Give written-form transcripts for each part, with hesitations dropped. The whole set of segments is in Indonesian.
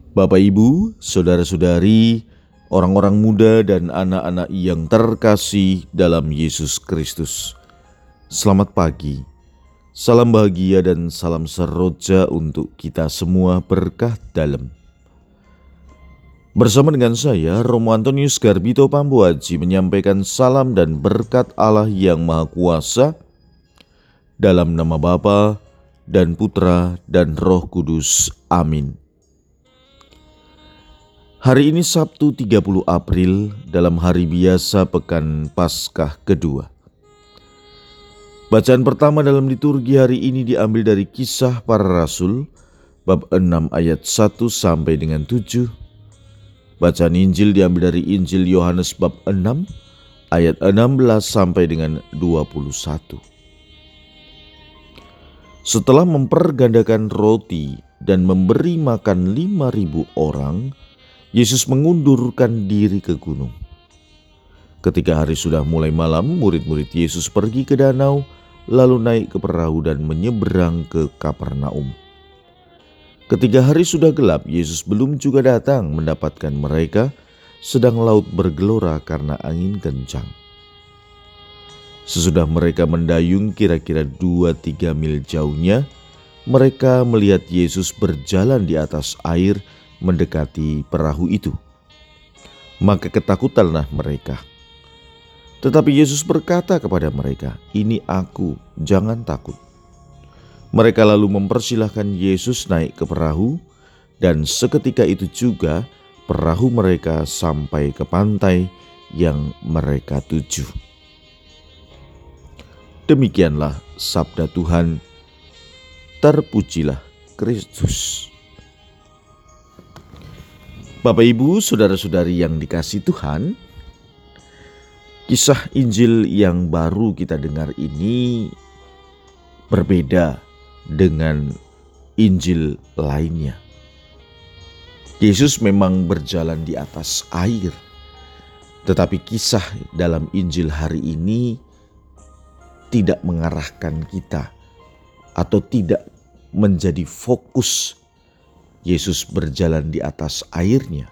Bapak, Ibu, saudara-saudari, orang-orang muda dan anak-anak yang terkasih dalam Yesus Kristus. Selamat pagi, salam bahagia dan salam seroja untuk kita semua berkah dalam. Bersama dengan saya, Romo Antonius Garbito Pambuaji menyampaikan salam dan berkat Allah yang Maha Kuasa dalam nama Bapa dan Putra dan Roh Kudus. Amin. Hari ini Sabtu 30 April dalam hari biasa pekan Paskah kedua. Bacaan pertama dalam liturgi hari ini diambil dari Kisah Para Rasul bab 6 ayat 1 sampai dengan 7. Bacaan Injil diambil dari Injil Yohanes bab 6 ayat 16 sampai dengan 21. Setelah mempergandakan roti dan memberi makan 5.000 orang, Yesus mengundurkan diri ke gunung. Ketika hari sudah mulai malam, murid-murid Yesus pergi ke danau, lalu naik ke perahu dan menyeberang ke Kapernaum. Ketika hari sudah gelap, Yesus belum juga datang mendapatkan mereka, sedang laut bergelora karena angin kencang. Sesudah mereka mendayung kira-kira 2-3 mil jauhnya, mereka melihat Yesus berjalan di atas air mendekati perahu itu. Maka ketakutanlah mereka. Tetapi Yesus berkata kepada mereka, "Ini aku, jangan takut." Mereka lalu mempersilahkan Yesus naik ke perahu, dan seketika itu juga perahu mereka sampai ke pantai yang mereka tuju. Demikianlah sabda Tuhan. Terpujilah Kristus. Bapak, Ibu, saudara-saudari yang dikasihi Tuhan, kisah Injil yang baru kita dengar ini berbeda dengan Injil lainnya. Yesus memang berjalan di atas air, tetapi kisah dalam Injil hari ini tidak mengarahkan kita atau tidak menjadi fokus Yesus berjalan di atas airnya.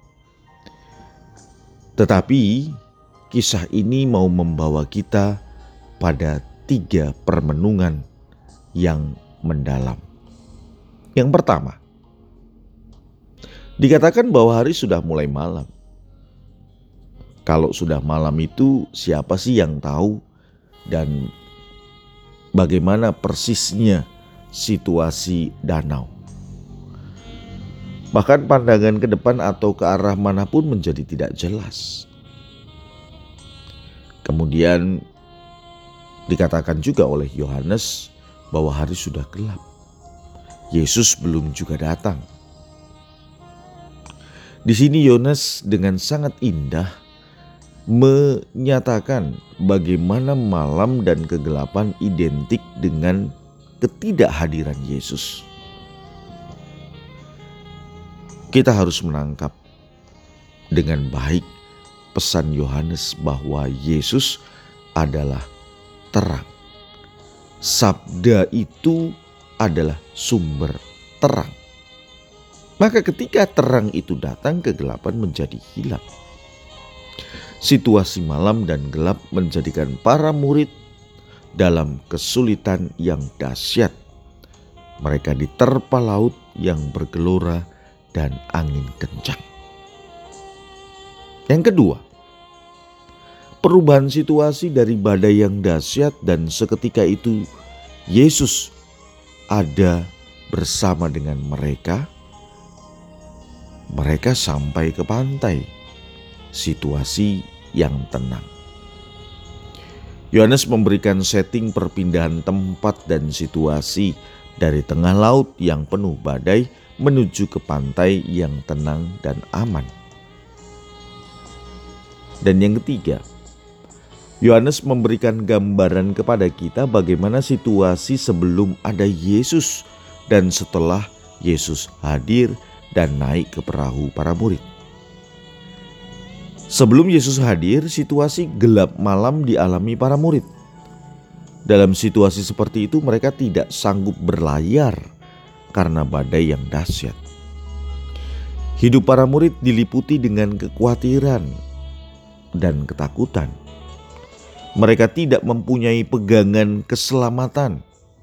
Tetapi kisah ini mau membawa kita pada 3 permenungan yang mendalam. Yang pertama, dikatakan bahwa hari sudah mulai malam. Kalau sudah malam itu siapa sih yang tahu dan bagaimana persisnya situasi danau? Bahkan pandangan ke depan atau ke arah manapun menjadi tidak jelas. Kemudian dikatakan juga oleh Yohanes bahwa hari sudah gelap. Yesus belum juga datang. Di sini Yohanes dengan sangat indah menyatakan bagaimana malam dan kegelapan identik dengan ketidakhadiran Yesus. Kita harus menangkap dengan baik pesan Yohanes bahwa Yesus adalah terang. Sabda itu adalah sumber terang. Maka ketika terang itu datang, kegelapan menjadi hilang. Situasi malam dan gelap menjadikan para murid dalam kesulitan yang dahsyat. Mereka diterpa laut yang bergelora dan angin kencang. Yang kedua, perubahan situasi dari badai yang dahsyat dan seketika itu Yesus ada bersama dengan mereka. Mereka sampai ke pantai, situasi yang tenang. Yohanes memberikan setting perpindahan tempat dan situasi dari tengah laut yang penuh badai menuju ke pantai yang tenang dan aman. Dan yang ketiga, Yohanes memberikan gambaran kepada kita bagaimana situasi sebelum ada Yesus dan setelah Yesus hadir dan naik ke perahu para murid. Sebelum Yesus hadir, situasi gelap malam dialami para murid. Dalam situasi seperti itu mereka tidak sanggup berlayar karena badai yang dahsyat. Hidup para murid diliputi dengan kekhawatiran dan ketakutan. Mereka tidak mempunyai pegangan keselamatan.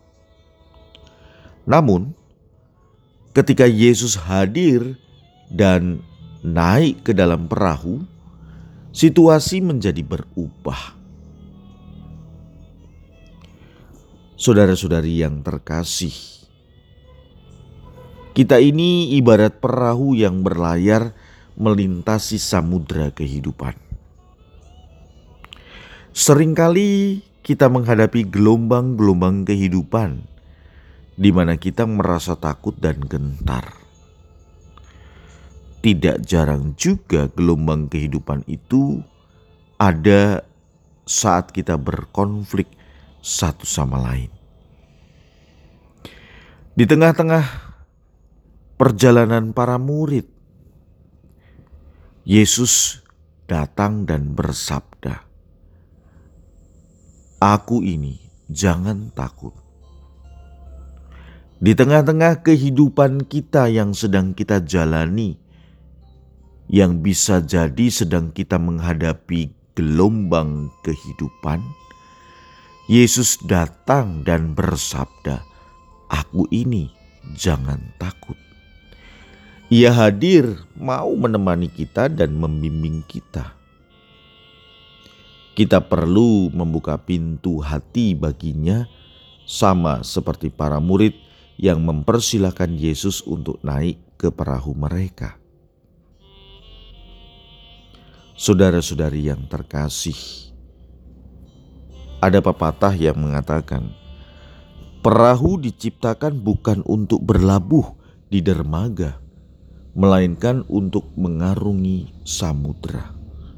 Namun, ketika Yesus hadir dan naik ke dalam perahu, situasi menjadi berubah. Saudara-saudari yang terkasih, kita ini ibarat perahu yang berlayar melintasi samudera kehidupan. Seringkali kita menghadapi gelombang-gelombang kehidupan di mana kita merasa takut dan gentar. Tidak jarang juga gelombang kehidupan itu ada saat kita berkonflik satu sama lain. Di tengah-tengah perjalanan para murid, Yesus datang dan bersabda, "Aku ini, jangan takut." Di tengah-tengah kehidupan kita yang sedang kita jalani, yang bisa jadi sedang kita menghadapi gelombang kehidupan, Yesus datang dan bersabda, "Aku ini, jangan takut." Ia hadir mau menemani kita dan membimbing kita. Kita perlu membuka pintu hati baginya, sama seperti para murid yang mempersilahkan Yesus untuk naik ke perahu mereka. Saudara-saudari yang terkasih, ada pepatah yang mengatakan, perahu diciptakan bukan untuk berlabuh di dermaga, melainkan untuk mengarungi samudera.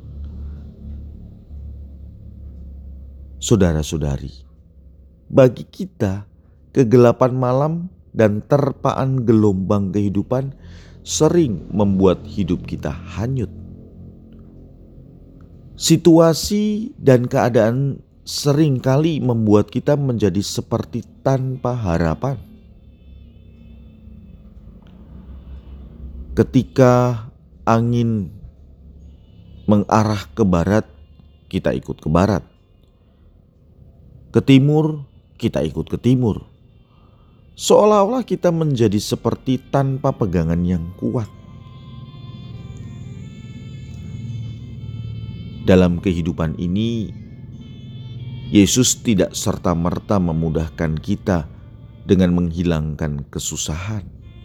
Saudara-saudari, bagi kita, kegelapan malam dan terpaan gelombang kehidupan sering membuat hidup kita hanyut. Situasi dan keadaan seringkali membuat kita menjadi seperti tanpa harapan. Ketika angin mengarah ke barat, kita ikut ke barat. Ke timur, kita ikut ke timur. Seolah-olah kita menjadi seperti tanpa pegangan yang kuat. Dalam kehidupan ini, Yesus tidak serta-merta memudahkan kita dengan menghilangkan kesusahan.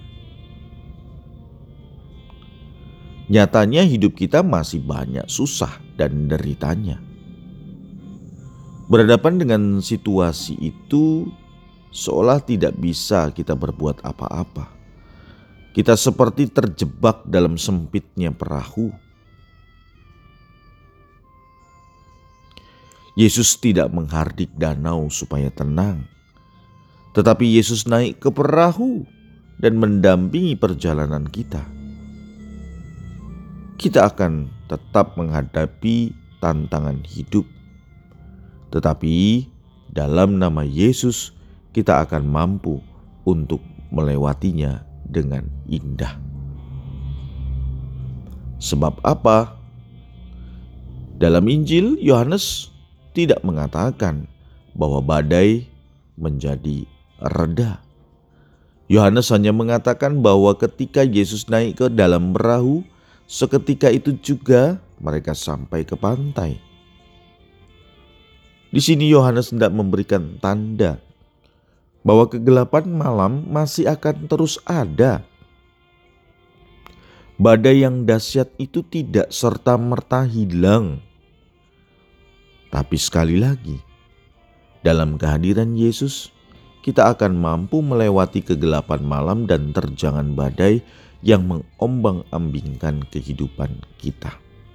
Nyatanya hidup kita masih banyak susah dan deritanya. Berhadapan dengan situasi itu, seolah tidak bisa kita berbuat apa-apa. Kita seperti terjebak dalam sempitnya perahu. Yesus tidak menghardik danau supaya tenang, tetapi Yesus naik ke perahu dan mendampingi perjalanan kita. Kita akan tetap menghadapi tantangan hidup, tetapi dalam nama Yesus kita akan mampu untuk melewatinya dengan indah. Sebab apa? Dalam Injil Yohanes tidak mengatakan bahwa badai menjadi reda. Yohanes hanya mengatakan bahwa ketika Yesus naik ke dalam perahu, seketika itu juga mereka sampai ke pantai. Di sini Yohanes hendak memberikan tanda bahwa kegelapan malam masih akan terus ada. Badai yang dahsyat itu tidak serta-merta hilang. Tapi sekali lagi, dalam kehadiran Yesus, kita akan mampu melewati kegelapan malam dan terjangan badai yang mengombang-ambingkan kehidupan kita.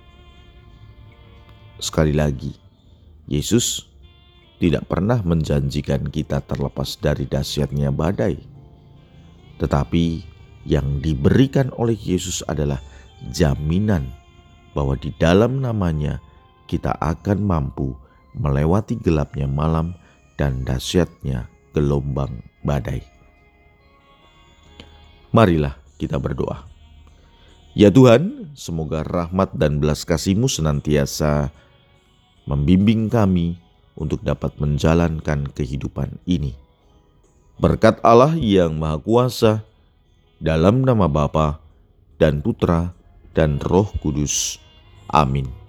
Sekali lagi, Yesus tidak pernah menjanjikan kita terlepas dari dahsyatnya badai. Tetapi yang diberikan oleh Yesus adalah jaminan bahwa di dalam namanya kita akan mampu melewati gelapnya malam dan dahsyatnya gelombang badai. Marilah kita berdoa. Ya Tuhan, semoga rahmat dan belas kasih-Mu senantiasa membimbing kami untuk dapat menjalankan kehidupan ini. Berkat Allah yang Maha Kuasa, dalam nama Bapa dan Putra dan Roh Kudus. Amin.